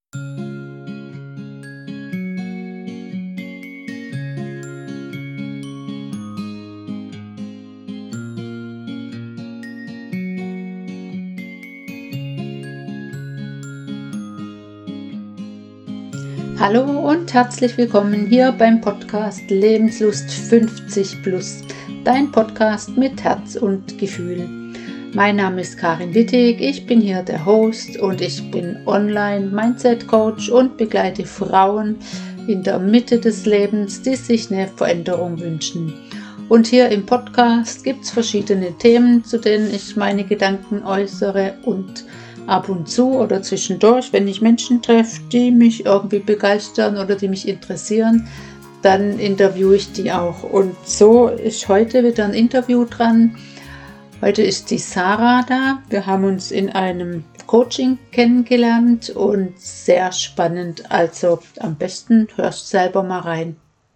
Hallo und herzlich willkommen hier beim Podcast Lebenslust 50 Plus, dein Podcast mit Herz und Gefühl. Mein Name ist Karin Wittig, ich bin hier der Host und ich bin Online-Mindset-Coach und begleite Frauen in der Mitte des Lebens, die sich eine Veränderung wünschen. Und hier im Podcast gibt es verschiedene Themen, zu denen ich meine Gedanken äußere und ab und zu oder zwischendurch, wenn ich Menschen treffe, die mich irgendwie begeistern oder die mich interessieren, dann interviewe ich die auch. Und so ist heute wieder ein Interview dran. Heute ist die Sarah da. Wir haben uns in einem Coaching kennengelernt und sehr spannend. Also am besten hörst du selber mal rein.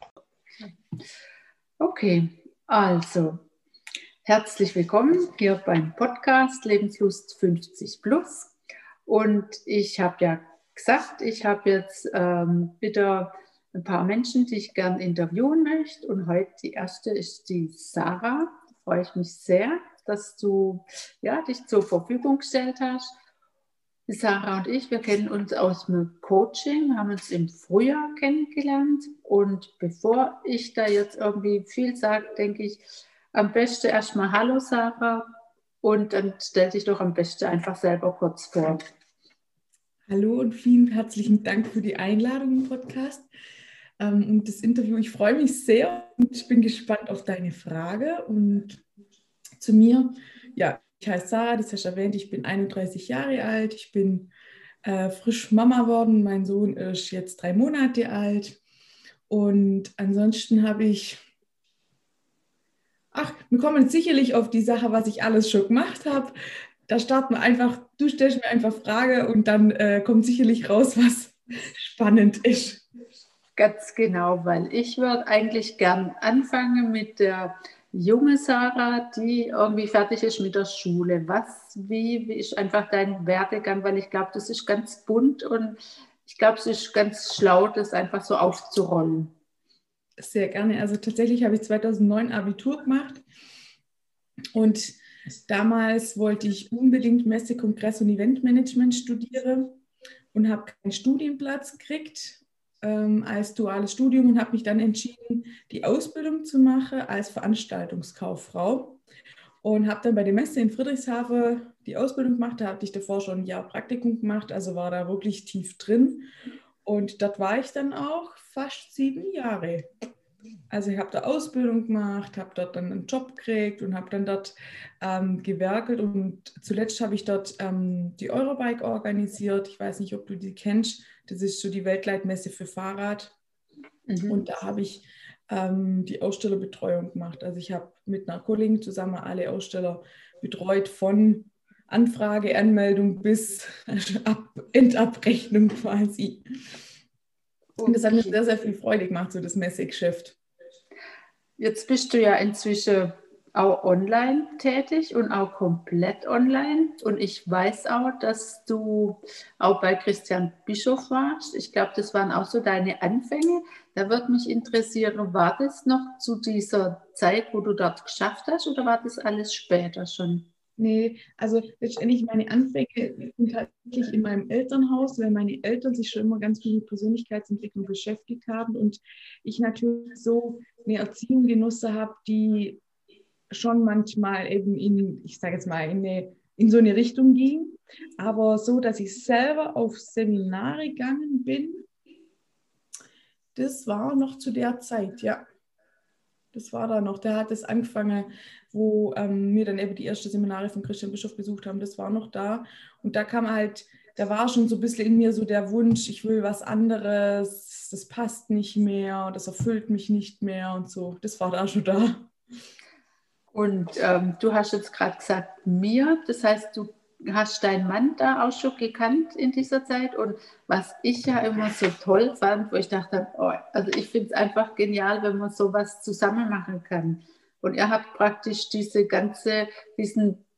Okay, also herzlich willkommen hier beim Podcast Lebenslust 50 Plus. Und ich habe ja gesagt, ich habe jetzt wieder ein paar Menschen, die ich gern interviewen möchte. Und heute die erste ist die Sarah. Da freue ich mich sehr, dass du dich zur Verfügung gestellt hast. Die Sarah und ich, wir kennen uns aus dem Coaching, haben uns im Frühjahr kennengelernt. Und bevor ich da jetzt irgendwie viel sage, denke ich, am besten erstmal Hallo Sarah und dann stell dich doch am besten einfach selber kurz vor. Hallo und vielen herzlichen Dank für die Einladung im Podcast und das Interview. Ich freue mich sehr und ich bin gespannt auf deine Frage. Und zu mir, ich heiße Sarah, das hast du erwähnt, ich bin 31 Jahre alt, ich bin frisch Mama geworden, mein Sohn ist jetzt 3 Monate alt und ansonsten habe ich, wir kommen sicherlich auf die Sache, was ich alles schon gemacht habe. Da starten wir einfach, du stellst mir einfach Frage und dann kommt sicherlich raus, was spannend ist. Ganz genau, weil ich würde eigentlich gern anfangen mit der junge Sarah, die irgendwie fertig ist mit der Schule. Wie ist einfach dein Werdegang? Weil ich glaube, das ist ganz bunt und ich glaube, es ist ganz schlau, das einfach so aufzurollen. Sehr gerne. Also tatsächlich habe ich 2009 Abitur gemacht und damals wollte ich unbedingt Messe, Kongress und Eventmanagement studieren und habe keinen Studienplatz gekriegt als duales Studium und habe mich dann entschieden, die Ausbildung zu machen als Veranstaltungskauffrau und habe dann bei der Messe in Friedrichshafen die Ausbildung gemacht. Da hatte ich davor schon ein Jahr Praktikum gemacht, also war da wirklich tief drin. Und dort war ich dann auch fast 7 Jahre. Also ich habe da Ausbildung gemacht, habe dort dann einen Job gekriegt und habe dann dort gewerkelt. Und zuletzt habe ich dort die Eurobike organisiert. Ich weiß nicht, ob du die kennst. Das ist so die Weltleitmesse für Fahrrad. Und da habe ich die Ausstellerbetreuung gemacht. Also ich habe mit einer Kollegin zusammen alle Aussteller betreut, von Anfrage, Anmeldung bis Endabrechnung quasi. Und das hat mir sehr, sehr viel Freude gemacht, so das Messegeschäft. Jetzt bist du ja inzwischen auch online tätig und auch komplett online. Und ich weiß auch, dass du auch bei Christian Bischof warst. Ich glaube, das waren auch so deine Anfänge. Da würde mich interessieren, war das noch zu dieser Zeit, wo du dort geschafft hast, oder war das alles später schon? Nee, also letztendlich meine Anfänge sind tatsächlich in meinem Elternhaus, weil meine Eltern sich schon immer ganz viel mit Persönlichkeitsentwicklung beschäftigt haben und ich natürlich so eine Erziehung genossen habe, die schon manchmal eben ich sage jetzt mal, in so eine Richtung ging. Aber so, dass ich selber auf Seminare gegangen bin, das war noch zu der Zeit, ja. Das war da noch, da hat es angefangen, wo wir dann eben die ersten Seminare von Christian Bischof besucht haben, das war noch da. Und da kam halt, da war schon so ein bisschen in mir so der Wunsch, ich will was anderes, das passt nicht mehr, das erfüllt mich nicht mehr und so. Das war da schon da. Und du hast jetzt gerade gesagt, mir, das heißt, du hast deinen Mann da auch schon gekannt in dieser Zeit. Und was ich ja immer so toll fand, wo ich dachte, oh, also ich finde es einfach genial, wenn man sowas zusammen machen kann. Und ihr habt praktisch diesen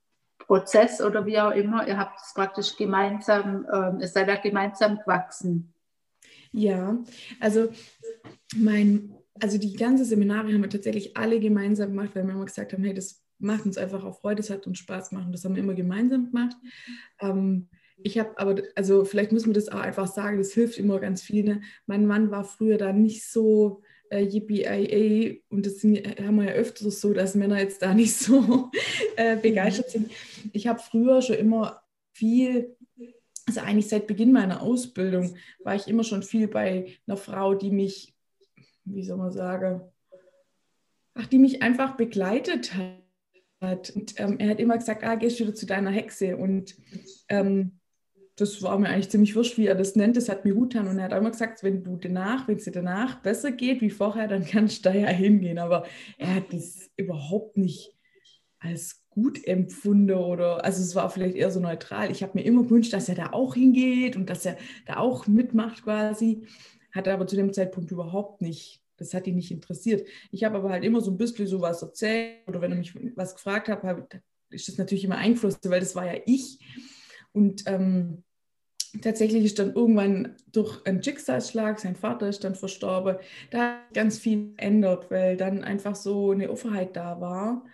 Prozess oder wie auch immer, ihr habt es praktisch gemeinsam, ihr seid da gemeinsam gewachsen. Ja, also also die ganzen Seminare haben wir tatsächlich alle gemeinsam gemacht, weil wir immer gesagt haben, hey, das macht uns einfach auch Freude, das hat uns Spaß gemacht und das haben wir immer gemeinsam gemacht. Ich habe aber, also vielleicht müssen wir das auch einfach sagen, das hilft immer ganz viel. Ne? Mein Mann war früher da nicht so yippie und das haben wir ja öfters so, dass Männer jetzt da nicht so begeistert sind. Ich habe früher schon immer viel, also eigentlich seit Beginn meiner Ausbildung war ich immer schon viel bei einer Frau, die mich, wie soll man sagen, die mich einfach begleitet hat. Und er hat immer gesagt, gehst du wieder zu deiner Hexe. Und das war mir eigentlich ziemlich wurscht, wie er das nennt. Das hat mir gut getan. Und er hat auch immer gesagt, wenn es dir danach besser geht wie vorher, dann kannst du da ja hingehen. Aber er hat das überhaupt nicht als gut empfunden oder, also es war vielleicht eher so neutral. Ich habe mir immer gewünscht, dass er da auch hingeht und dass er da auch mitmacht quasi. Hat er aber zu dem Zeitpunkt überhaupt nicht. Das hat ihn nicht interessiert. Ich habe aber halt immer so ein bisschen sowas erzählt oder wenn er mich was gefragt hat, ist das natürlich immer eingeflossen, weil das war ja ich. Und tatsächlich ist dann irgendwann durch einen Schicksalsschlag, sein Vater ist dann verstorben, da hat ganz viel geändert, weil dann einfach so eine Offenheit da war,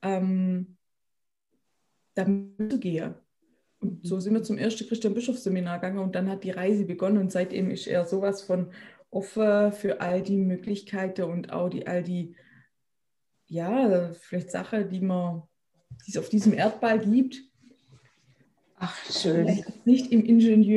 damit zu gehen. Und so sind wir zum ersten Christian-Bischof-Seminar gegangen und dann hat die Reise begonnen und seitdem ist er sowas von offen für all die Möglichkeiten und auch all die, ja, vielleicht Sachen, die es auf diesem Erdball gibt. Ach, schön. Nicht im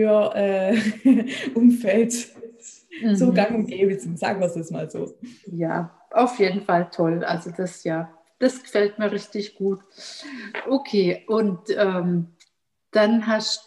Ingenieur-Umfeld so gang und gäbe sind, sagen wir es jetzt mal so. Ja, auf jeden Fall toll. Also das gefällt mir richtig gut. Okay, und dann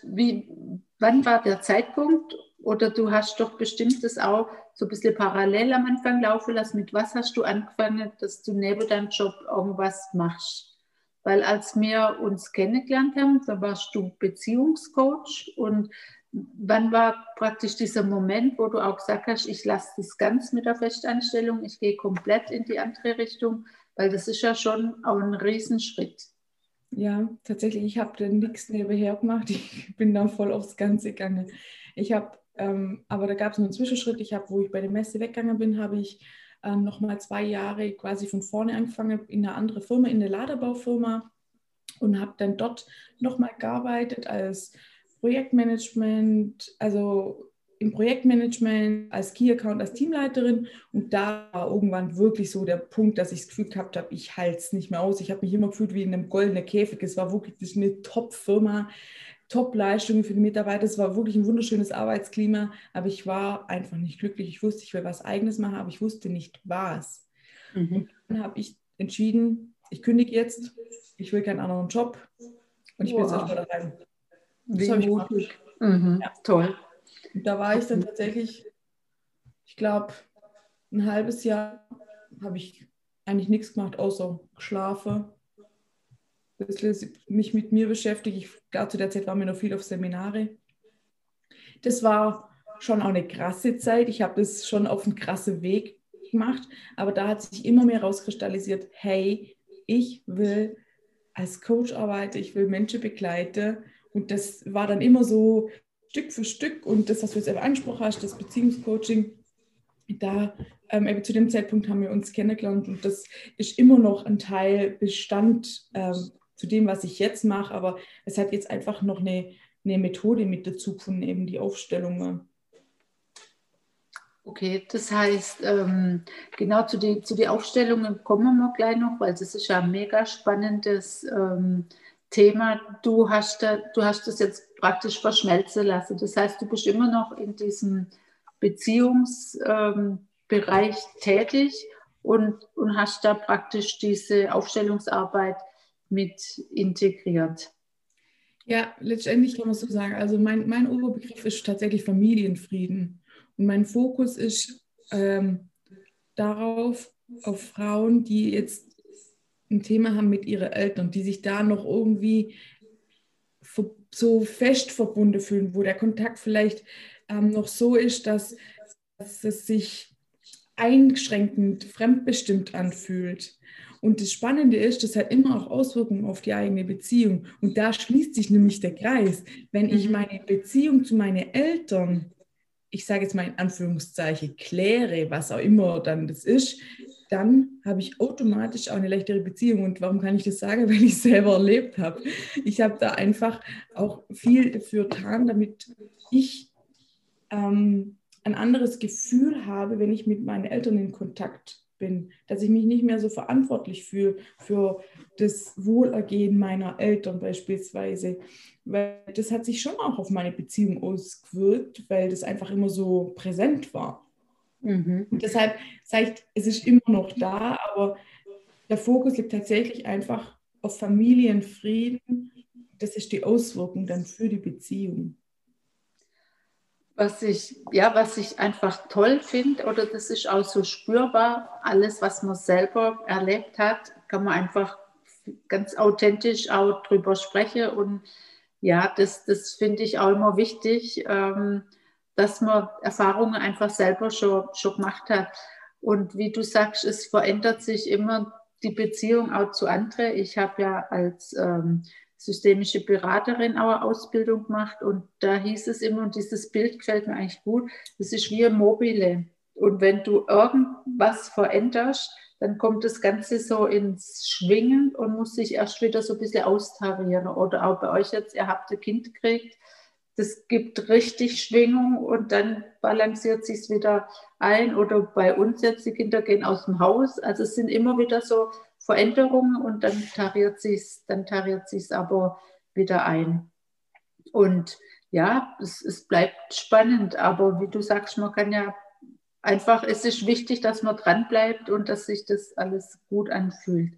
wann war der Zeitpunkt? Oder du hast doch bestimmt das auch so ein bisschen parallel am Anfang laufen lassen. Mit was hast du angefangen, dass du neben deinem Job irgendwas machst? Weil als wir uns kennengelernt haben, da warst du Beziehungscoach. Und wann war praktisch dieser Moment, wo du auch gesagt hast, ich lasse das ganz mit der Festanstellung, ich gehe komplett in die andere Richtung? Weil das ist ja schon auch ein Riesenschritt. Ja, tatsächlich, ich habe dann nichts nebenher gemacht. Ich bin dann voll aufs Ganze gegangen. Ich habe, aber da gab es einen Zwischenschritt. Wo ich bei der Messe weggegangen bin, habe ich nochmal 2 Jahre quasi von vorne angefangen in eine andere Firma, in eine Laderbaufirma und habe dann dort nochmal gearbeitet als Projektmanagement, also im Projektmanagement, als Key Account, als Teamleiterin und da war irgendwann wirklich so der Punkt, dass ich das Gefühl gehabt habe, ich halte es nicht mehr aus. Ich habe mich immer gefühlt wie in einem goldenen Käfig. Es war wirklich eine Top-Firma, Top-Leistungen für die Mitarbeiter. Es war wirklich ein wunderschönes Arbeitsklima, aber ich war einfach nicht glücklich. Ich wusste, ich will was Eigenes machen, aber ich wusste nicht, was. Und dann habe ich entschieden, ich kündige jetzt, ich will keinen anderen Job und ich bin jetzt erstmal daheim. Das habe ich gemacht. Ja. Toll. Und da war ich dann tatsächlich, ich glaube, ein halbes Jahr habe ich eigentlich nichts gemacht, außer geschlafen, ein bisschen mich mit mir beschäftigt. Klar, zu der Zeit war mir noch viel auf Seminare. Das war schon auch eine krasse Zeit. Ich habe das schon auf einen krassen Weg gemacht, aber da hat sich immer mehr rauskristallisiert, hey, ich will als Coach arbeiten, ich will Menschen begleiten und das war dann immer so Stück für Stück und das, was du jetzt eben angesprochen hast, das Beziehungscoaching, da eben zu dem Zeitpunkt haben wir uns kennengelernt und das ist immer noch ein Teil Bestand zu dem, was ich jetzt mache, aber es hat jetzt einfach noch eine Methode mit dazu gefunden, eben die Aufstellung. Okay, das heißt, genau zu den Aufstellungen kommen wir gleich noch, weil das ist ja ein mega spannendes Thema. Du hast das jetzt praktisch verschmelzen lassen. Das heißt, du bist immer noch in diesem Beziehungsbereich tätig und hast da praktisch diese Aufstellungsarbeit mit integriert. Ja, letztendlich kann man so sagen. Also mein Oberbegriff ist tatsächlich Familienfrieden. Und mein Fokus ist darauf, auf Frauen, die jetzt ein Thema haben mit ihren Eltern, die sich da noch irgendwie so fest verbunden fühlen, wo der Kontakt vielleicht noch so ist, dass es sich einschränkend, fremdbestimmt anfühlt. Und das Spannende ist, das hat immer auch Auswirkungen auf die eigene Beziehung. Und da schließt sich nämlich der Kreis. Wenn ich meine Beziehung zu meinen Eltern, ich sage jetzt mal in Anführungszeichen, kläre, was auch immer dann das ist, dann habe ich automatisch auch eine leichtere Beziehung. Und warum kann ich das sagen? Weil ich es selber erlebt habe. Ich habe da einfach auch viel dafür getan, damit ich ein anderes Gefühl habe, wenn ich mit meinen Eltern in Kontakt bin, dass ich mich nicht mehr so verantwortlich fühle für das Wohlergehen meiner Eltern beispielsweise, weil das hat sich schon auch auf meine Beziehung ausgewirkt, weil das einfach immer so präsent war. Und deshalb sage ich, es ist immer noch da, aber der Fokus liegt tatsächlich einfach auf Familienfrieden. Das ist die Auswirkung dann für die Beziehung. Was ich einfach toll finde, oder das ist auch so spürbar, alles, was man selber erlebt hat, kann man einfach ganz authentisch auch drüber sprechen. Und ja, das finde ich auch immer wichtig, dass man Erfahrungen einfach selber schon gemacht hat. Und wie du sagst, es verändert sich immer die Beziehung auch zu anderen. Ich habe ja als systemische Beraterin auch eine Ausbildung gemacht und da hieß es immer, und dieses Bild gefällt mir eigentlich gut, das ist wie ein Mobile. Und wenn du irgendwas veränderst, dann kommt das Ganze so ins Schwingen und muss sich erst wieder so ein bisschen austarieren. Oder auch bei euch jetzt, ihr habt ein Kind gekriegt, das gibt richtig Schwingung und dann balanciert sich es wieder ein. Oder bei uns jetzt, die Kinder gehen aus dem Haus. Also es sind immer wieder so Veränderungen und dann tariert sich's aber wieder ein. Und ja, es bleibt spannend, aber wie du sagst, man kann ja einfach, es ist wichtig, dass man dran bleibt und dass sich das alles gut anfühlt.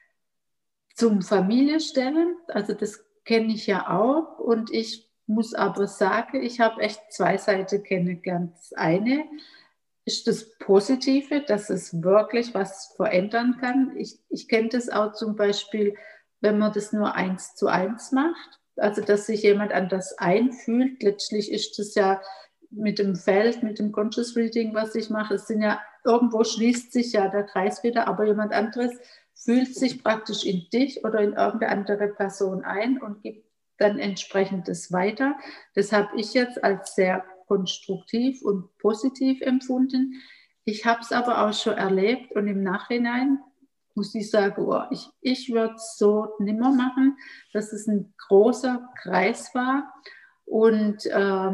Zum Familie stellen, also das kenne ich ja auch und ich muss aber sagen, ich habe echt zwei Seiten kennengelernt. Das eine ist das Positive, dass es wirklich was verändern kann. Ich kenne das auch zum Beispiel, wenn man das nur 1:1 macht, also dass sich jemand anders einfühlt. Letztlich ist das ja mit dem Feld, mit dem Conscious Reading, was ich mache, es sind ja, irgendwo schließt sich ja der Kreis wieder, aber jemand anderes fühlt sich praktisch in dich oder in irgendeine andere Person ein und gibt dann entsprechend das weiter. Das habe ich jetzt als sehr konstruktiv und positiv empfunden. Ich habe es aber auch schon erlebt und im Nachhinein muss ich sagen, oh, ich würde es so nimmer machen, dass es ein großer Kreis war und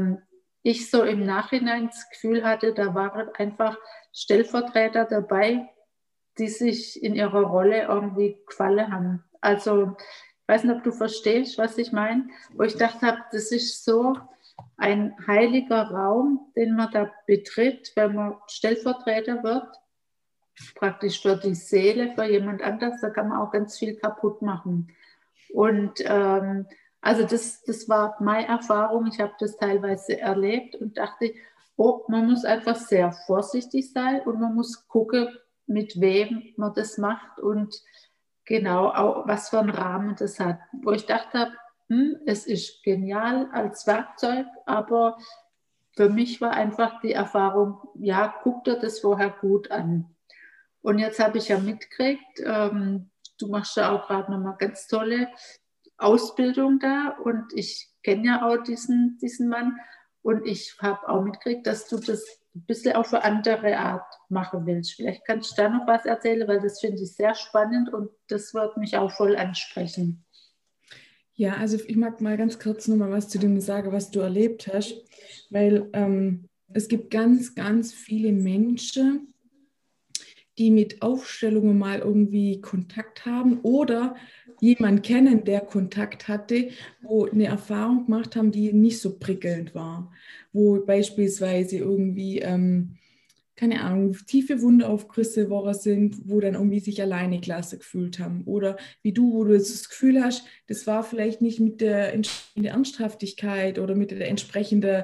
ich so im Nachhinein das Gefühl hatte, da waren einfach Stellvertreter dabei, die sich in ihrer Rolle irgendwie gefallen haben. Also ich weiß nicht, ob du verstehst, was ich meine, wo ich gedacht habe, das ist so ein heiliger Raum, den man da betritt, wenn man Stellvertreter wird, praktisch für die Seele, für jemand anders, da kann man auch ganz viel kaputt machen. Und also das war meine Erfahrung, ich habe das teilweise erlebt und dachte, oh, man muss einfach sehr vorsichtig sein und man muss gucken, mit wem man das macht und genau auch, was für einen Rahmen das hat. Wo ich dachte, es ist genial als Werkzeug, aber für mich war einfach die Erfahrung, ja, guck dir das vorher gut an. Und jetzt habe ich ja mitgekriegt, du machst ja auch gerade nochmal ganz tolle Ausbildung da und ich kenne ja auch diesen Mann und ich habe auch mitgekriegt, dass du das ein bisschen auf eine andere Art machen willst. Vielleicht kannst du da noch was erzählen, weil das finde ich sehr spannend und das wird mich auch voll ansprechen. Ja, also ich mag mal ganz kurz nochmal was zu dem sagen, was du erlebt hast, weil es gibt ganz, ganz viele Menschen, die mit Aufstellungen mal irgendwie Kontakt haben oder jemanden kennen, der Kontakt hatte, wo eine Erfahrung gemacht haben, die nicht so prickelnd war, wo beispielsweise irgendwie, keine Ahnung, tiefe Wundaufgüsse worden sind, wo dann irgendwie sich alleine klasse gefühlt haben. Oder wie du, wo du jetzt das Gefühl hast, das war vielleicht nicht mit der entsprechenden Ernsthaftigkeit oder mit der entsprechenden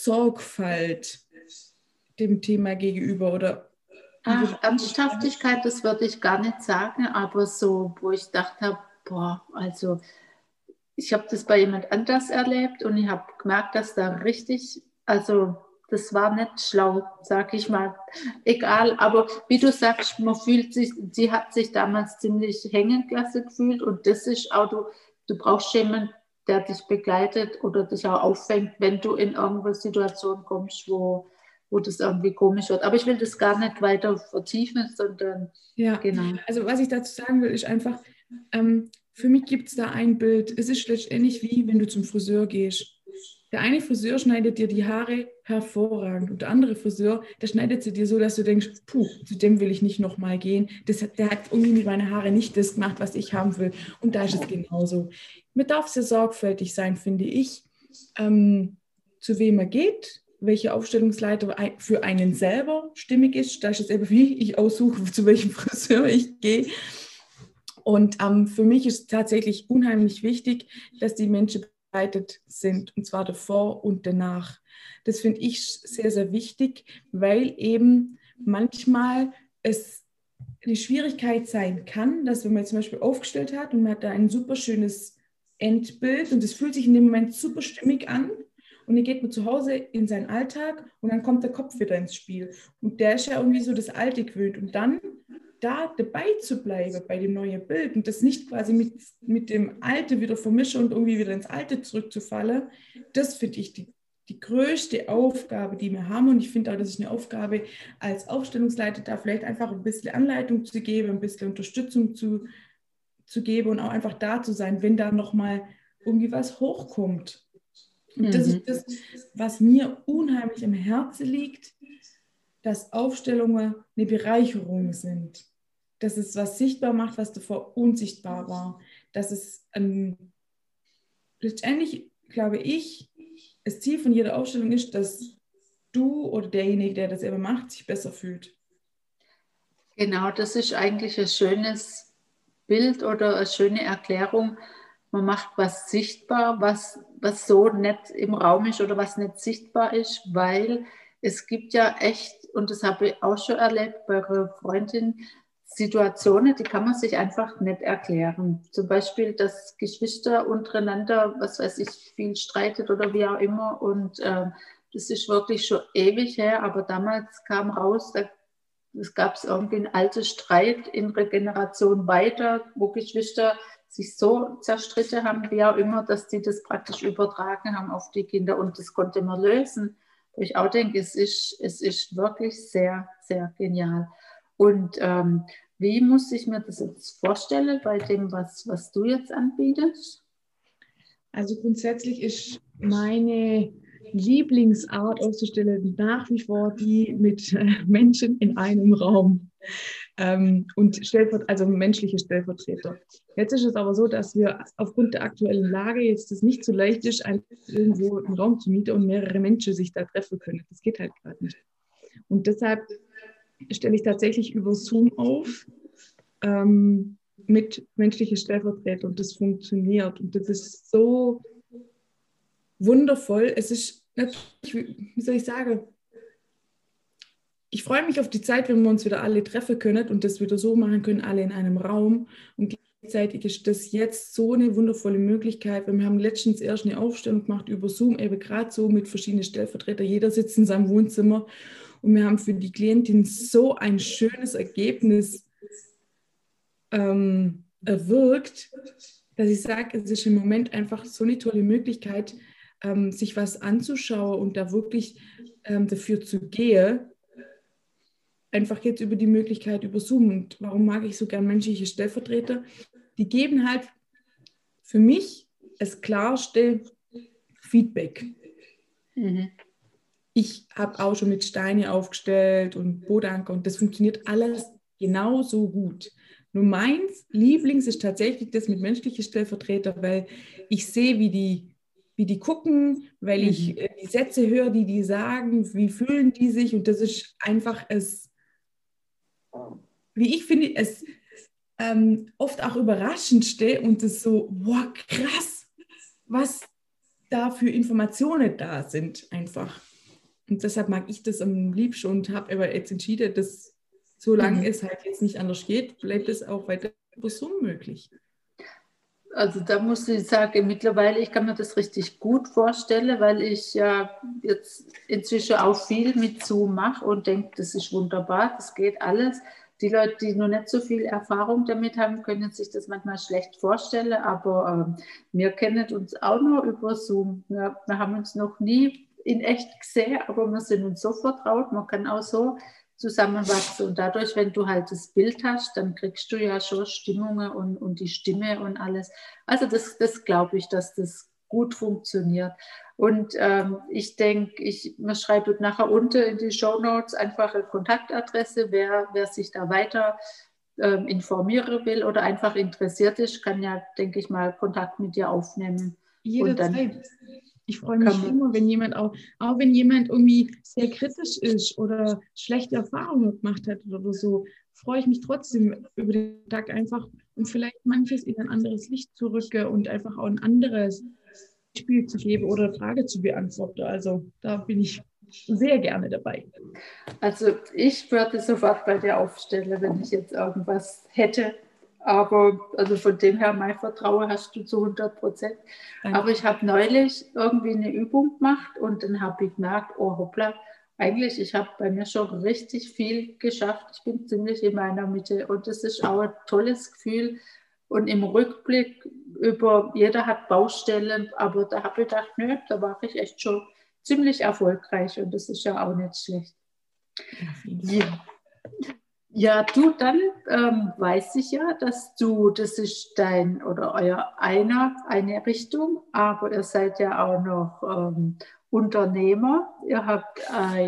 Sorgfalt dem Thema gegenüber oder Ach, Ernsthaftigkeit, das würde ich gar nicht sagen, aber so, wo ich gedacht habe, boah, also ich habe das bei jemand anders erlebt und ich habe gemerkt, dass da richtig, also das war nicht schlau, sag ich mal. Egal, aber wie du sagst, sie hat sich damals ziemlich hängen gelassen gefühlt und das ist auch, du brauchst jemanden, der dich begleitet oder dich auch auffängt, wenn du in irgendeine Situation kommst, wo das irgendwie komisch wird. Aber ich will das gar nicht weiter vertiefen, sondern Ja, genau. also was ich dazu sagen will, ist einfach, für mich gibt es da ein Bild. Es ist letztendlich wie, wenn du zum Friseur gehst. Der eine Friseur schneidet dir die Haare hervorragend und der andere Friseur, der schneidet sie dir so, dass du denkst, puh, zu dem will ich nicht nochmal gehen. Der hat irgendwie mit meinen Haaren nicht das gemacht, was ich haben will. Und da ist es genauso. Man darf sehr sorgfältig sein, finde ich, zu wem man geht, welche Aufstellungsleiter für einen selber stimmig ist. Da ist es eben wie ich aussuche, zu welchem Friseur ich gehe. Und für mich ist tatsächlich unheimlich wichtig, dass die Menschen begleitet sind, und zwar davor und danach. Das finde ich sehr, sehr wichtig, weil eben manchmal es eine Schwierigkeit sein kann, dass wenn man zum Beispiel aufgestellt hat und man hat da ein super schönes Endbild und es fühlt sich in dem Moment super stimmig an und dann geht man zu Hause in seinen Alltag und dann kommt der Kopf wieder ins Spiel und der ist ja irgendwie so das Alte gewöhnt und dann da dabei zu bleiben bei dem neuen Bild und das nicht quasi mit dem Alte wieder vermischen und irgendwie wieder ins Alte zurückzufallen, das finde ich die größte Aufgabe, die wir haben. Und ich finde auch, das ist eine Aufgabe als Aufstellungsleiter, da vielleicht einfach ein bisschen Anleitung zu geben, ein bisschen Unterstützung zu geben und auch einfach da zu sein, wenn da nochmal irgendwie was hochkommt. Und das ist das, was mir unheimlich am Herzen liegt, dass Aufstellungen eine Bereicherung sind. Dass es was sichtbar macht, was davor unsichtbar war. Dass es letztendlich, glaube ich, das Ziel von jeder Aufstellung ist, dass du oder derjenige, der das eben macht, sich besser fühlt. Genau, das ist eigentlich ein schönes Bild oder eine schöne Erklärung. Man macht was sichtbar, was so nicht im Raum ist oder was nicht sichtbar ist, weil es gibt ja echt, und das habe ich auch schon erlebt bei einer Freundin, Situationen, die kann man sich einfach nicht erklären. Zum Beispiel, dass Geschwister untereinander, was weiß ich, viel streitet oder wie auch immer. Und das ist wirklich schon ewig her, aber damals kam raus, es gab irgendwie einen alten Streit in der Generation weiter, wo Geschwister sich so zerstritten haben, wie auch immer, dass die das praktisch übertragen haben auf die Kinder und das konnte man lösen. Wo ich auch denke, es ist wirklich sehr, sehr genial. Und wie muss ich mir das jetzt vorstellen bei dem, was du jetzt anbietest? Also grundsätzlich ist meine Lieblingsart auszustellen nach wie vor die mit Menschen in einem Raum und also menschliche Stellvertreter. Jetzt ist es aber so, dass wir aufgrund der aktuellen Lage jetzt das nicht so leicht ist, irgendwo einen Raum zu mieten und mehrere Menschen sich da treffen können. Das geht halt gerade nicht. Und deshalb stelle ich tatsächlich über Zoom auf mit menschlichen Stellvertretern und das funktioniert. Und das ist so wundervoll. Es ist natürlich, wie soll ich sagen, ich freue mich auf die Zeit, wenn wir uns wieder alle treffen können und das wieder so machen können, alle in einem Raum. Und gleichzeitig ist das jetzt so eine wundervolle Möglichkeit, weil wir haben letztens erst eine Aufstellung gemacht über Zoom, eben gerade so mit verschiedenen Stellvertretern. Jeder sitzt in seinem Wohnzimmer und wir haben für die Klientin so ein schönes Ergebnis erwirkt, dass ich sage, es ist im Moment einfach so eine tolle Möglichkeit, sich was anzuschauen und da wirklich dafür zu gehen, einfach jetzt über die Möglichkeit über Zoom. Und warum mag ich so gern menschliche Stellvertreter? Die geben halt für mich das klarste Feedback. Mhm. Ich habe auch schon mit Steine aufgestellt und Bodanker und das funktioniert alles genauso gut. Nur meins Lieblings ist tatsächlich das mit menschlichen Stellvertretern, weil ich sehe, wie die gucken, weil ich die Sätze höre, die sagen, wie fühlen die sich und das ist einfach wie ich finde, es oft auch überraschendste und das so, wow, krass, was da für Informationen da sind einfach. Und deshalb mag ich das am liebsten und habe aber jetzt entschieden, dass solange es halt jetzt nicht anders geht, bleibt es auch weiter über Zoom möglich. Also da muss ich sagen, mittlerweile, ich kann mir das richtig gut vorstellen, weil ich ja jetzt inzwischen auch viel mit Zoom mache und denke, das ist wunderbar, das geht alles. Die Leute, die noch nicht so viel Erfahrung damit haben, können sich das manchmal schlecht vorstellen, aber wir kennen uns auch nur über Zoom. Wir haben uns noch nie in echt gesehen, aber wir sind uns so vertraut, man kann auch so zusammenwachsen. Und dadurch, wenn du halt das Bild hast, dann kriegst du ja schon Stimmungen und die Stimme und alles. Also das glaube ich, dass das gut funktioniert. Und ich denke, man schreibt nachher unten in die Shownotes einfach eine Kontaktadresse, wer sich da weiter informieren will oder einfach interessiert ist, kann ja, denke ich mal, Kontakt mit dir aufnehmen. Und dann Jederzeit. Ich freue mich immer, wenn jemand auch wenn jemand irgendwie sehr kritisch ist oder schlechte Erfahrungen gemacht hat oder so, freue ich mich trotzdem über den Tag einfach und vielleicht manches in ein anderes Licht zu rücken und einfach auch ein anderes Spiel zu geben oder eine Frage zu beantworten. Also da bin ich sehr gerne dabei. Also ich würde sofort bei dir aufstellen, wenn ich jetzt irgendwas hätte. Aber also von dem her, mein Vertrauen hast du zu 100%. Danke. Aber ich habe neulich irgendwie eine Übung gemacht und dann habe ich gemerkt, oh hoppla, eigentlich, ich habe bei mir schon richtig viel geschafft. Ich bin ziemlich in meiner Mitte und das ist auch ein tolles Gefühl. Und im Rückblick jeder hat Baustellen, aber da habe ich gedacht, nö, da war ich echt schon ziemlich erfolgreich und das ist ja auch nicht schlecht. Ja. Ja, du, dann weiß ich ja, das ist dein oder euer eine Richtung, aber ihr seid ja auch noch Unternehmer. Ihr habt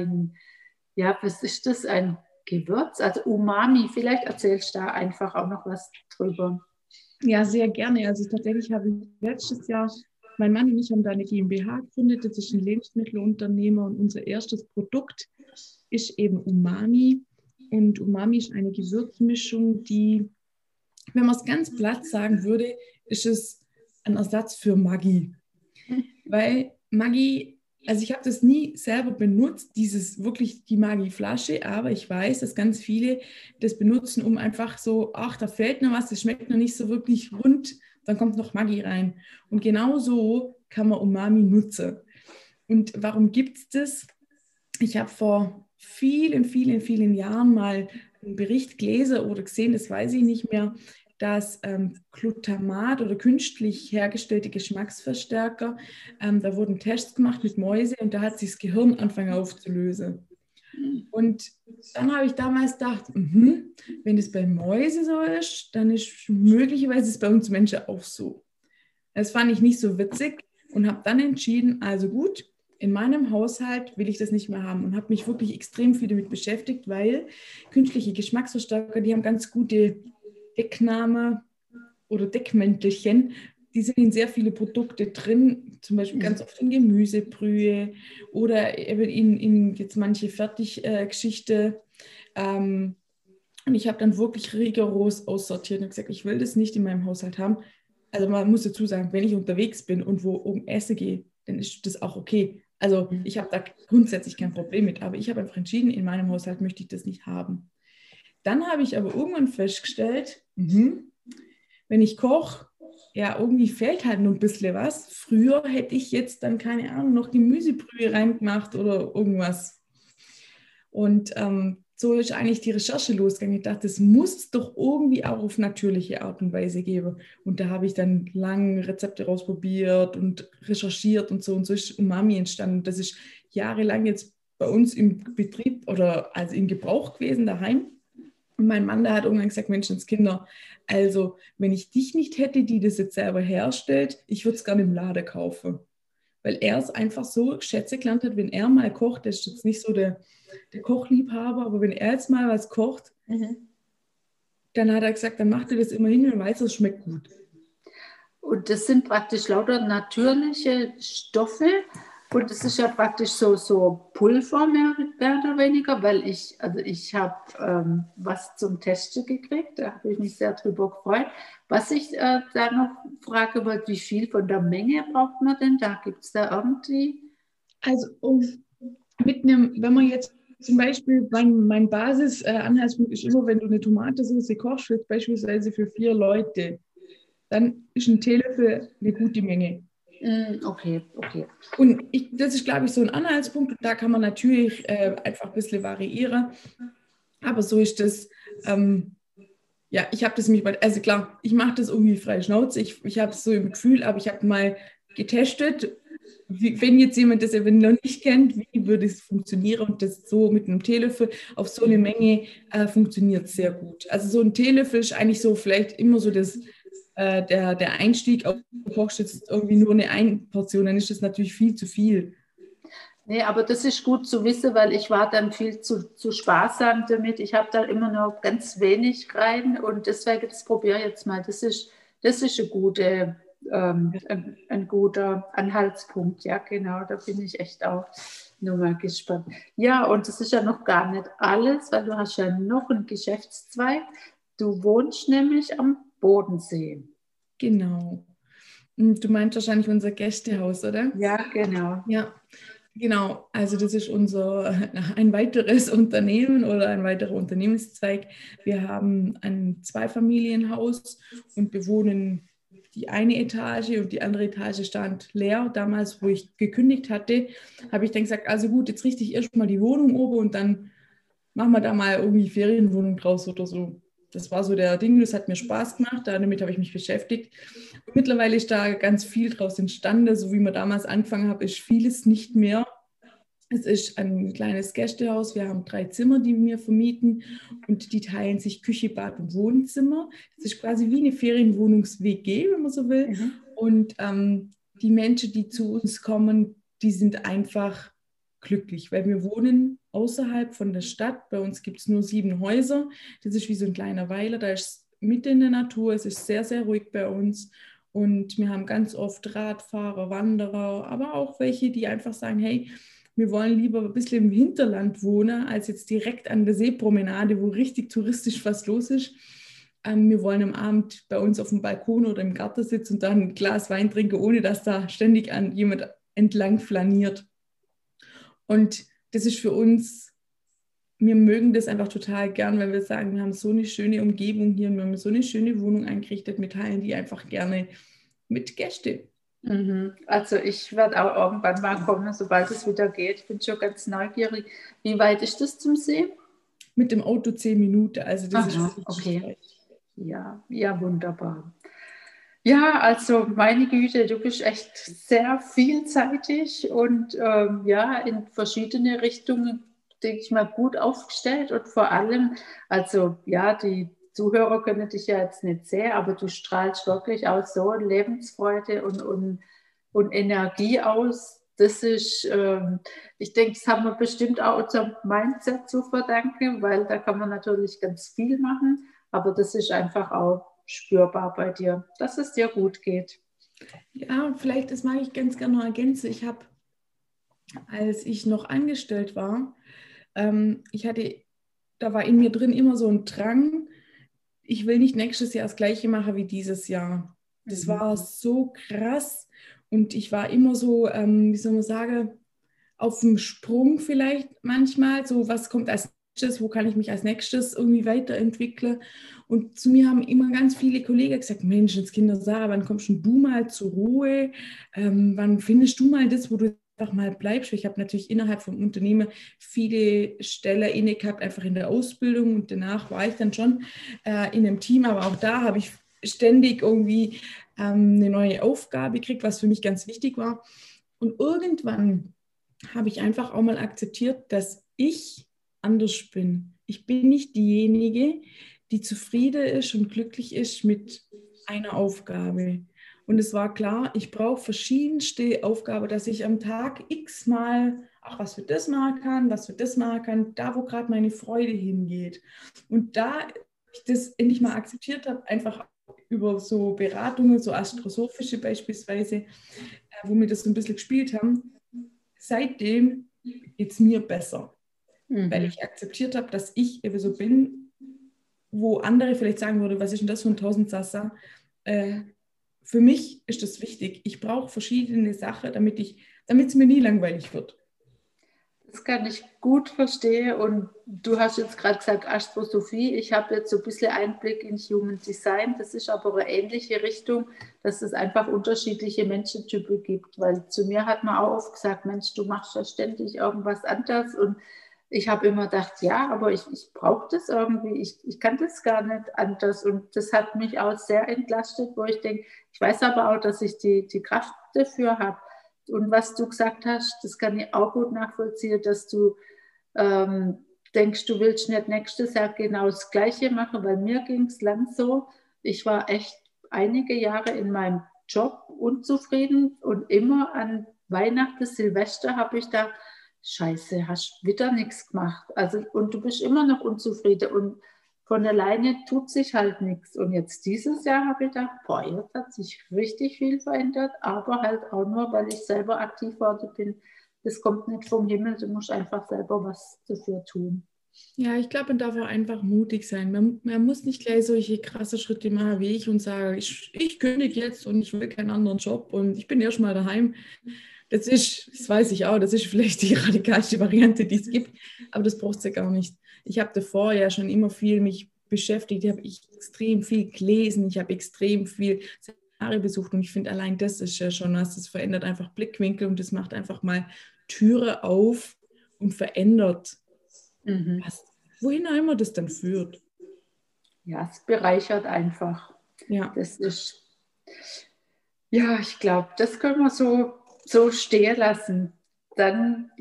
was ist das, ein Gewürz, also Umami. Vielleicht erzählst du da einfach auch noch was drüber. Ja, sehr gerne. Also tatsächlich habe ich letztes Jahr, mein Mann und ich haben da eine GmbH gegründet. Das ist ein Lebensmittelunternehmer und unser erstes Produkt ist eben Umami. Und Umami ist eine Gewürzmischung, die, wenn man es ganz platt sagen würde, ist es ein Ersatz für Maggi. Weil Maggi, also ich habe das nie selber benutzt, wirklich die Maggi-Flasche, aber ich weiß, dass ganz viele das benutzen, um einfach so, ach, da fehlt noch was, das schmeckt noch nicht so wirklich rund, dann kommt noch Maggi rein. Und genau so kann man Umami nutzen. Und warum gibt es das? Ich habe vor vielen Jahren mal einen Bericht gelesen oder gesehen, das weiß ich nicht mehr, dass Glutamat oder künstlich hergestellte Geschmacksverstärker, da wurden Tests gemacht mit Mäuse und da hat sich das Gehirn angefangen aufzulösen. Und dann habe ich damals gedacht, wenn das bei Mäuse so ist, dann ist möglicherweise es bei uns Menschen auch so. Das fand ich nicht so witzig und habe dann entschieden, also gut, in meinem Haushalt will ich das nicht mehr haben und habe mich wirklich extrem viel damit beschäftigt, weil künstliche Geschmacksverstärker, die haben ganz gute Deckname oder Deckmäntelchen. Die sind in sehr viele Produkte drin, zum Beispiel ganz oft in Gemüsebrühe oder eben in jetzt manche Fertiggeschichte. Und ich habe dann wirklich rigoros aussortiert und gesagt, ich will das nicht in meinem Haushalt haben. Also man muss dazu sagen, wenn ich unterwegs bin und wo um Essen gehe, dann ist das auch okay. Also ich habe da grundsätzlich kein Problem mit, aber ich habe einfach entschieden, in meinem Haushalt möchte ich das nicht haben. Dann habe ich aber irgendwann festgestellt, wenn ich koche, ja, irgendwie fehlt halt noch ein bisschen was. Früher hätte ich jetzt dann, keine Ahnung, noch Gemüsebrühe reingemacht oder irgendwas. Und so ist eigentlich die Recherche losgegangen. Ich dachte, das muss es doch irgendwie auch auf natürliche Art und Weise geben. Und da habe ich dann lange Rezepte rausprobiert und recherchiert und so ist Umami entstanden. Das ist jahrelang jetzt bei uns im Betrieb oder also im Gebrauch gewesen daheim. Und mein Mann, der hat irgendwann gesagt, Menschenskinder, also wenn ich dich nicht hätte, die das jetzt selber herstellt, ich würde es gerne im Laden kaufen. Weil er es einfach so schätze gelernt hat, wenn er mal kocht, der ist jetzt nicht so der Kochliebhaber, aber wenn er jetzt mal was kocht, dann hat er gesagt, dann macht er das immer hin und weiß, es schmeckt gut. Und das sind praktisch lauter natürliche Stoffe und es ist ja praktisch so Pulver mehr oder weniger, weil ich habe was zum Testen gekriegt, da habe ich mich sehr drüber gefreut. Was ich da noch frage, wie viel von der Menge braucht man denn da? Gibt es da irgendwie? Also wenn man jetzt zum Beispiel, mein Basis-Anhaltspunkt ist immer, wenn du eine Tomatensauce kochst, jetzt beispielsweise für 4 Leute, dann ist ein Teelöffel eine gute Menge. Okay. Und das ist, glaube ich, so ein Anhaltspunkt. Und da kann man natürlich einfach ein bisschen variieren. Aber so ist das. Ja, ich habe das mich, also klar, ich mache das irgendwie frei Schnauze. Ich habe es so im Gefühl, aber ich habe mal getestet, wenn jetzt jemand das eben noch nicht kennt, wie würde es funktionieren, und das so mit einem Teelöffel auf so eine Menge funktioniert sehr gut. Also so ein Teelöffel ist eigentlich so vielleicht immer so der Einstieg. Auch du kochst jetzt irgendwie nur eine Portion, dann ist das natürlich viel zu viel. Nee, aber das ist gut zu wissen, weil ich war dann viel zu sparsam damit. Ich habe da immer noch ganz wenig rein und deswegen, das probiere ich jetzt mal. Das ist ein guter Anhaltspunkt. Ja, genau, da bin ich echt auch nur mal gespannt. Ja, und das ist ja noch gar nicht alles, weil du hast ja noch einen Geschäftszweig. Du wohnst nämlich am Bodensee. Genau. Und du meinst wahrscheinlich unser Gästehaus, oder? Ja, genau. Ja, genau. Also das ist ein weiteres Unternehmen oder ein weiterer Unternehmenszweig. Wir haben ein Zweifamilienhaus und bewohnen die eine Etage, und die andere Etage stand leer. Damals, wo ich gekündigt hatte, habe ich dann gesagt, also gut, jetzt richte ich erstmal die Wohnung oben und dann machen wir da mal irgendwie Ferienwohnung draus oder so. Das war so der Ding, das hat mir Spaß gemacht, damit habe ich mich beschäftigt. Und mittlerweile ist da ganz viel draus entstanden, so wie man damals angefangen hat, ist vieles nicht mehr. Es ist ein kleines Gästehaus, wir haben 3 Zimmer, die wir vermieten, und die teilen sich Küche, Bad und Wohnzimmer. Das ist quasi wie eine Ferienwohnungs-WG, wenn man so will. Mhm. Und die Menschen, die zu uns kommen, die sind einfach glücklich, weil wir wohnen außerhalb von der Stadt. Bei uns gibt es nur 7 Häuser. Das ist wie so ein kleiner Weiler, da ist mitten in der Natur. Es ist sehr, sehr ruhig bei uns. Und wir haben ganz oft Radfahrer, Wanderer, aber auch welche, die einfach sagen, hey, wir wollen lieber ein bisschen im Hinterland wohnen, als jetzt direkt an der Seepromenade, wo richtig touristisch was los ist. Wir wollen am Abend bei uns auf dem Balkon oder im Garten sitzen und dann ein Glas Wein trinken, ohne dass da ständig an jemand entlang flaniert. Und das ist für uns, wir mögen das einfach total gern, weil wir sagen, wir haben so eine schöne Umgebung hier und wir haben so eine schöne Wohnung eingerichtet, mit teilen die einfach gerne mit Gästen. Mhm. Also ich werde auch irgendwann mal kommen, sobald es wieder geht. Ich bin schon ganz neugierig. Wie weit ist das zum See? Mit dem Auto 10 Minuten, also das ist Aha, wirklich nicht okay. weit. Ja, ja, wunderbar. Ja, also meine Güte, du bist echt sehr vielseitig und ja, in verschiedene Richtungen, denke ich mal, gut aufgestellt und vor allem, also ja, die Zuhörer können dich ja jetzt nicht sehen, aber du strahlst wirklich auch so Lebensfreude und Energie aus. Das ist, ich denke, das haben wir bestimmt auch unserem Mindset zu verdanken, weil da kann man natürlich ganz viel machen, aber das ist einfach auch spürbar bei dir, dass es dir gut geht. Ja, vielleicht, das mag ich ganz gerne noch ergänzen. Ich habe, als ich noch angestellt war, da war in mir drin immer so ein Drang, ich will nicht nächstes Jahr das Gleiche machen wie dieses Jahr. Das Mhm. war so krass, und ich war immer so, wie soll man sagen, auf dem Sprung vielleicht manchmal, so was kommt als nächstes, wo kann ich mich als nächstes irgendwie weiterentwickeln. Und zu mir haben immer ganz viele Kollegen gesagt, Menschenskinder, Sarah, wann kommst denn du mal zur Ruhe? Wann findest du mal das, wo du einfach mal bleibst? Ich habe natürlich innerhalb vom Unternehmen viele Stellen inne gehabt, einfach in der Ausbildung, und danach war ich dann schon in einem Team, aber auch da habe ich ständig irgendwie eine neue Aufgabe gekriegt, was für mich ganz wichtig war. Und irgendwann habe ich einfach auch mal akzeptiert, dass ich anders bin. Ich bin nicht diejenige, die zufrieden ist und glücklich ist mit einer Aufgabe. Und es war klar, ich brauche verschiedenste Aufgaben, dass ich am Tag x-mal, ach, was für das machen kann, was für das machen kann, da, wo gerade meine Freude hingeht. Und da ich das endlich mal akzeptiert habe, einfach über so Beratungen, so astrosophische beispielsweise, wo wir das so ein bisschen gespielt haben, seitdem geht es mir besser, weil Mhm. ich akzeptiert habe, dass ich eben so bin, wo andere vielleicht sagen würden, was ist denn das für ein Tausendsasser? Äh, für mich ist das wichtig. Ich brauche verschiedene Sachen, damit es mir nie langweilig wird. Das kann ich gut verstehen und du hast jetzt gerade gesagt Astrosophie. Ich habe jetzt so ein bisschen Einblick in Human Design. Das ist aber eine ähnliche Richtung, dass es einfach unterschiedliche Menschentypen gibt. Weil zu mir hat man auch oft gesagt, Mensch, du machst ja ständig irgendwas anders. Und ich habe immer gedacht, ja, aber ich brauche das irgendwie. Ich kann das gar nicht anders. Und das hat mich auch sehr entlastet, wo ich denke, ich weiß aber auch, dass ich die Kraft dafür habe. Und was du gesagt hast, das kann ich auch gut nachvollziehen, dass du denkst, du willst nicht nächstes Jahr genau das Gleiche machen, weil mir ging es lang so. Ich war echt einige Jahre in meinem Job unzufrieden und immer an Weihnachten, Silvester habe ich da, Scheiße, hast wieder nichts gemacht. Also, und du bist immer noch unzufrieden und von alleine tut sich halt nichts. Und jetzt dieses Jahr habe ich gedacht, boah, jetzt hat sich richtig viel verändert, aber halt auch nur, weil ich selber aktiv geworden bin. Das kommt nicht vom Himmel, du musst einfach selber was dafür tun. Ja, ich glaube, man darf auch einfach mutig sein. Man muss nicht gleich solche krasse Schritte machen wie ich und sagen, ich kündige jetzt und ich will keinen anderen Job und ich bin erst mal daheim. Das weiß ich auch, das ist vielleicht die radikalste Variante, die es gibt, aber das braucht es ja gar nicht. Ich habe davor ja schon immer viel mich beschäftigt, ich habe extrem viel gelesen, ich habe extrem viel Seminare besucht und ich finde, allein das ist ja schon was, das verändert einfach Blickwinkel und das macht einfach mal Türe auf und verändert, wohin auch immer das dann führt. Ja, es bereichert einfach. Ja. Das ist, ja, ich glaube, das können wir so stehen lassen. Dann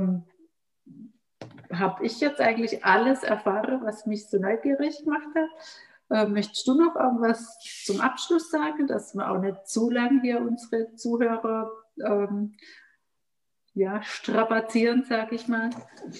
habe ich jetzt eigentlich alles erfahren, was mich so neugierig gemacht hat. Möchtest du noch irgendwas zum Abschluss sagen, dass wir auch nicht zu lange hier unsere Zuhörer strapazieren, sage ich mal?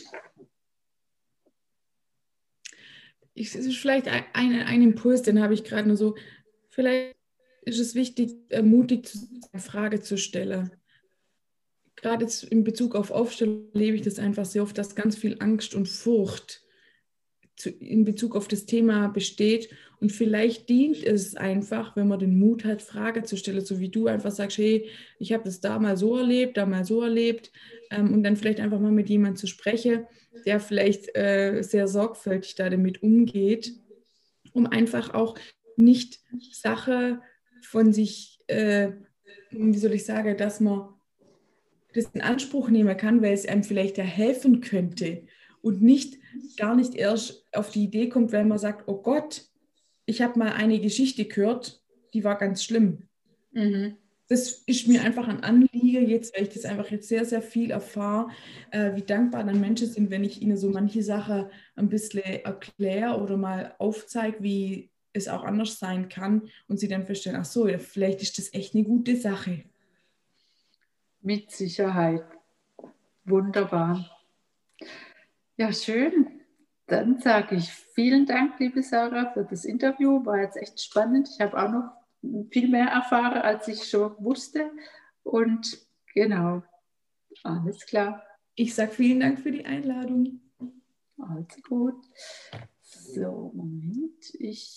Es ist vielleicht ein Impuls, den habe ich gerade nur so. Vielleicht ist es wichtig, mutig zu sein, eine Frage zu stellen. Gerade jetzt in Bezug auf Aufstellung erlebe ich das einfach sehr oft, dass ganz viel Angst und Furcht in Bezug auf das Thema besteht. Und vielleicht dient es einfach, wenn man den Mut hat, Fragen zu stellen, so wie du einfach sagst, hey, ich habe das da mal so erlebt, und dann vielleicht einfach mal mit jemandem zu sprechen, der vielleicht sehr sorgfältig da damit umgeht, um einfach auch nicht Sache von sich, wie soll ich sagen, dass man das in Anspruch nehmen kann, weil es einem vielleicht ja helfen könnte und gar nicht erst auf die Idee kommt, wenn man sagt, oh Gott, ich habe mal eine Geschichte gehört, die war ganz schlimm. Das ist mir einfach ein Anliegen, jetzt, weil ich das einfach jetzt sehr, sehr viel erfahre, wie dankbar dann Menschen sind, wenn ich ihnen so manche Sachen ein bisschen erkläre oder mal aufzeige, wie es auch anders sein kann und sie dann feststellen, ach so, vielleicht ist das echt eine gute Sache. Mit Sicherheit. Wunderbar. Ja, schön. Dann sage ich vielen Dank, liebe Sarah, für das Interview. War jetzt echt spannend. Ich habe auch noch viel mehr erfahren, als ich schon wusste. Und genau, alles klar. Ich sage vielen Dank für die Einladung. Also gut. So, Moment.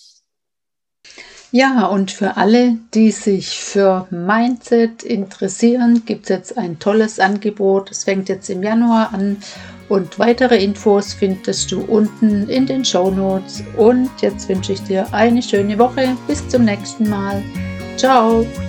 Ja, und für alle, die sich für Mindset interessieren, gibt es jetzt ein tolles Angebot. Es fängt jetzt im Januar an und weitere Infos findest du unten in den Shownotes. Und jetzt wünsche ich dir eine schöne Woche. Bis zum nächsten Mal. Ciao!